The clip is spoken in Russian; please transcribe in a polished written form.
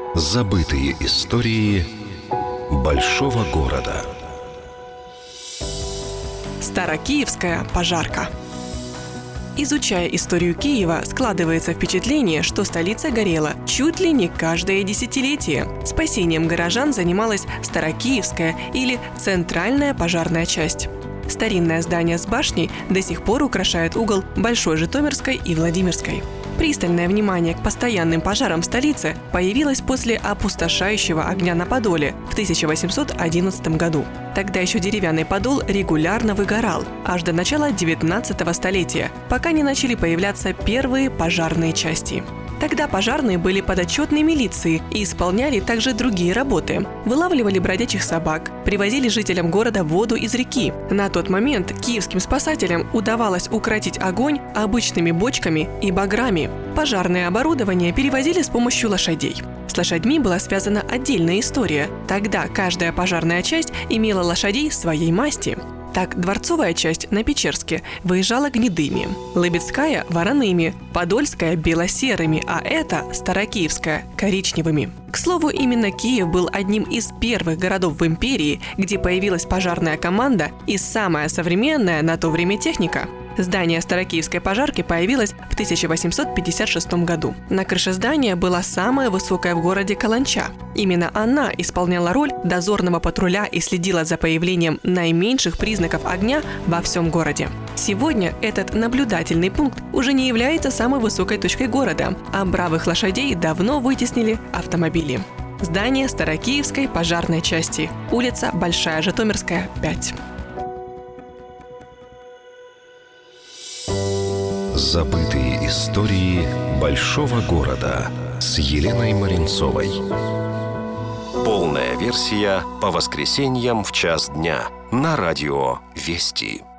Забытые истории большого города. Старокиевская пожарка. Изучая историю Киева, складывается впечатление, что столица горела чуть ли не каждое десятилетие. Спасением горожан занималась Старокиевская или Центральная пожарная часть. Старинное здание с башней до сих пор украшает угол Большой Житомирской и Владимирской. Пристальное внимание к постоянным пожарам в столице появилось после опустошающего огня на Подоле в 1811 году. Тогда еще деревянный подол регулярно выгорал, аж до начала 19 столетия, пока не начали появляться первые пожарные части. Тогда пожарные были подотчетны милиции и исполняли также другие работы. Вылавливали бродячих собак, привозили жителям города воду из реки. На тот момент киевским спасателям удавалось укротить огонь обычными бочками и баграми. Пожарное оборудование перевозили с помощью лошадей. С лошадьми была связана отдельная история. Тогда каждая пожарная часть имела лошадей своей масти. Так, Дворцовая часть на Печерске выезжала гнедыми, Лыбецкая – вороными, Подольская – белосерыми, а эта, Старокиевская – коричневыми. К слову, именно Киев был одним из первых городов в империи, где появилась пожарная команда и самая современная на то время техника. Здание Старокиевской пожарки появилось в 1856 году. На крыше здания была самая высокая в городе каланча. Именно она исполняла роль дозорного патруля и следила за появлением наименьших признаков огня во всем городе. Сегодня этот наблюдательный пункт уже не является самой высокой точкой города, а бравых лошадей давно вытеснили автомобили. Здание Старокиевской пожарной части. Улица Большая Житомирская, 5. Забытые истории большого города с Еленой Маринцовой. Полная версия по воскресеньям в час дня на радио Вести.